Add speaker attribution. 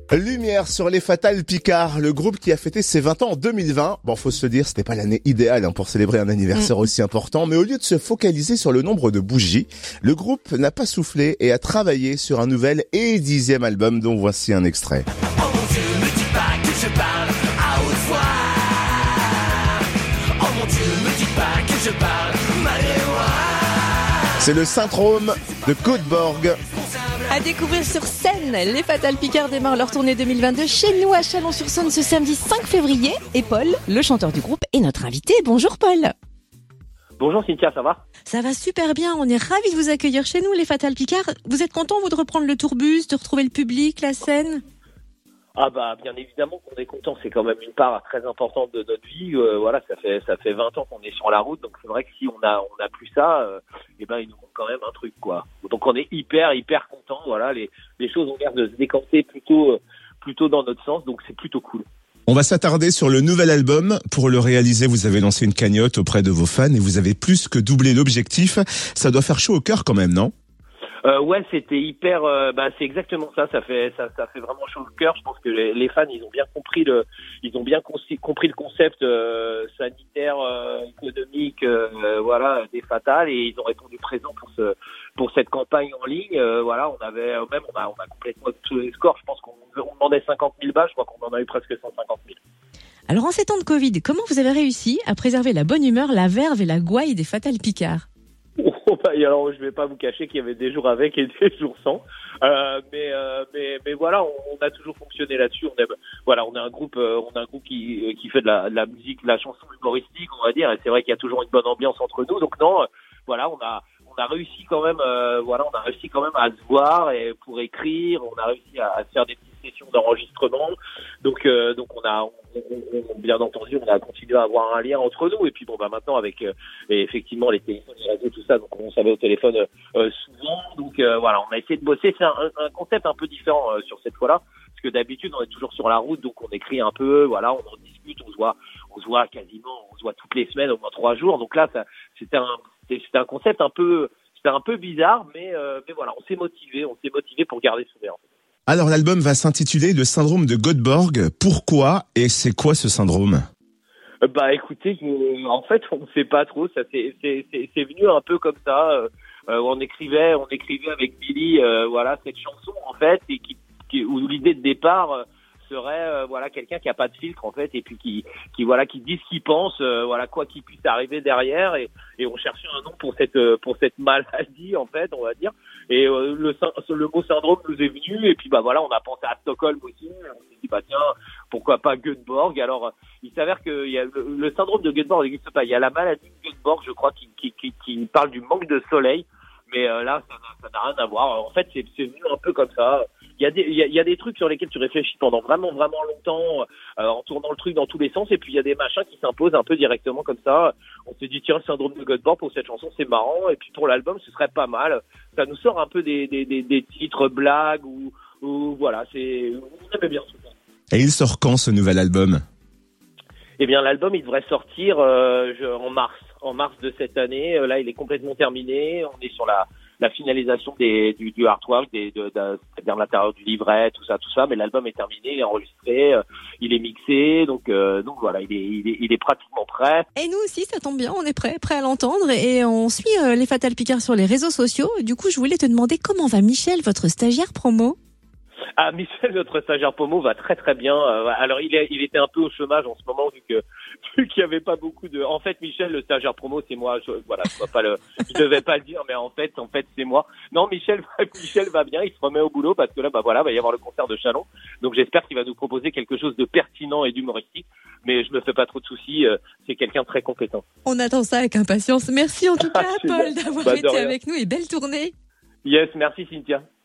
Speaker 1: Lumière sur les Fatal Picard, le groupe qui a fêté ses 20 ans en 2020. Bon, faut se le dire, c'était pas l'année idéale pour célébrer un anniversaire aussi important, mais au lieu de se focaliser sur le nombre de bougies, le groupe n'a pas soufflé et a travaillé sur un nouvel et 10e album dont voici un extrait.
Speaker 2: Oh mon Dieu, me dis pas que je parle à haute voix. Oh mon Dieu, me dis pas que je parle malgré moi.
Speaker 1: C'est le syndrome de Göteborg.
Speaker 3: À découvrir sur scène, les Fatal Picard démarrent leur tournée 2022 chez nous à Chalon-sur-Saône ce samedi 5 février. Et Paul, le chanteur du groupe, est notre invité. Bonjour Paul.
Speaker 4: Bonjour Cynthia, ça va ?
Speaker 3: Ça va super bien, on est ravis de vous accueillir chez nous les Fatal Picard. Vous êtes content vous de reprendre le tourbus, de retrouver le public, la scène ?
Speaker 4: Ah bah bien évidemment qu'on est content, c'est quand même une part très importante de notre vie. Voilà, ça fait 20 ans qu'on est sur la route, donc c'est vrai que si on a plus ça, il nous manque quand même un truc quoi. Donc on est hyper content. Voilà, les choses ont l'air de se décanter plutôt dans notre sens, donc c'est plutôt cool.
Speaker 1: On va s'attarder sur le nouvel album. Pour le réaliser, vous avez lancé une cagnotte auprès de vos fans et vous avez plus que doublé l'objectif. Ça doit faire chaud au cœur quand même, non ?
Speaker 4: Ouais, c'était hyper. C'est exactement ça. Ça fait vraiment chaud au cœur. Je pense que les fans, ils ont bien compris le concept sanitaire, économique, des Fatales, et ils ont répondu présent pour cette campagne en ligne. On a complètement tous les scores. Je pense qu'on demandait 50 000 balles. Je crois qu'on en a eu presque 150 000.
Speaker 3: Alors en ces temps de Covid, comment vous avez réussi à préserver la bonne humeur, la verve et la gouaille des Fatal Picard ?
Speaker 4: Alors je vais pas vous cacher qu'il y avait des jours avec et des jours sans, mais voilà, on a toujours fonctionné là-dessus. On a un groupe qui fait de la musique, de la chanson humoristique, on va dire, et c'est vrai qu'il y a toujours une bonne ambiance entre nous. Donc non, on a réussi quand même, à se voir et pour écrire, on a réussi à faire des petites sessions d'enregistrement. Donc bien entendu, on a continué à avoir un lien entre nous. Et puis maintenant avec effectivement les téléphones, les réseaux, tout ça, donc on s'avait au téléphone souvent. Donc on a essayé de bosser. C'est un concept un peu différent sur cette fois-là, parce que d'habitude on est toujours sur la route, donc on écrit un peu, on en discute, on se voit toutes les semaines au moins 3 jours. Donc là, c'était un concept un peu bizarre, mais on s'est motivé pour garder ce lien.
Speaker 1: Alors l'album va s'intituler Le syndrome de Göteborg. Pourquoi et c'est quoi ce syndrome ?
Speaker 4: Écoutez, en fait, on ne sait pas trop. Ça c'est venu un peu comme ça. On écrivait avec Billy, cette chanson en fait, et où l'idée de départ serait quelqu'un qui a pas de filtre en fait, et puis qui dit ce qu'il pense, quoi qu'il puisse arriver derrière, et on cherchait un nom pour cette maladie en fait, on va dire, et le mot syndrome nous est venu, et puis on a pensé à Stockholm aussi. On s'est dit tiens, pourquoi pas Göteborg. Alors il s'avère que il y a le syndrome de Göteborg n'existe pas, il y a la maladie de Göteborg, je crois, qui parle du manque de soleil, mais là ça n'a rien à voir. En fait c'est venu un peu comme ça. Il y a des trucs sur lesquels tu réfléchis pendant vraiment longtemps, en tournant le truc dans tous les sens, et puis il y a des machins qui s'imposent un peu directement comme ça. On s'est dit tiens, le syndrome de Göteborg pour cette chanson c'est marrant, et puis pour l'album ce serait pas mal. Ça nous sort un peu des titres blagues ou on aimait bien tout ça.
Speaker 1: Et il sort quand ce nouvel album ?
Speaker 4: Eh bien l'album il devrait sortir en mars de cette année. Là il est complètement terminé. On est sur la finalisation du artwork, c'est-à-dire l'intérieur du livret, tout ça, mais l'album est terminé, il est enregistré, il est mixé, donc voilà, il est pratiquement prêt.
Speaker 3: Et nous aussi, ça tombe bien, on est prêt à l'entendre, et on suit les Fatal Picard sur les réseaux sociaux. Du coup, je voulais te demander comment va Michel, votre stagiaire promo ?
Speaker 4: Ah, Michel, notre stagiaire promo, va très très bien. Alors il était un peu au chômage en ce moment vu qu'il y avait pas beaucoup de. En fait, Michel, le stagiaire promo, c'est moi. Je devais pas le dire, mais en fait, c'est moi. Non, Michel va bien. Il se remet au boulot parce que là, va y avoir le concert de Chalon. Donc j'espère qu'il va nous proposer quelque chose de pertinent et d'humoristique. Mais je me fais pas trop de soucis. C'est quelqu'un de très compétent.
Speaker 3: On attend ça avec impatience. Merci en tout cas, Paul, d'avoir été avec nous, et belle tournée.
Speaker 4: Yes, merci Cynthia.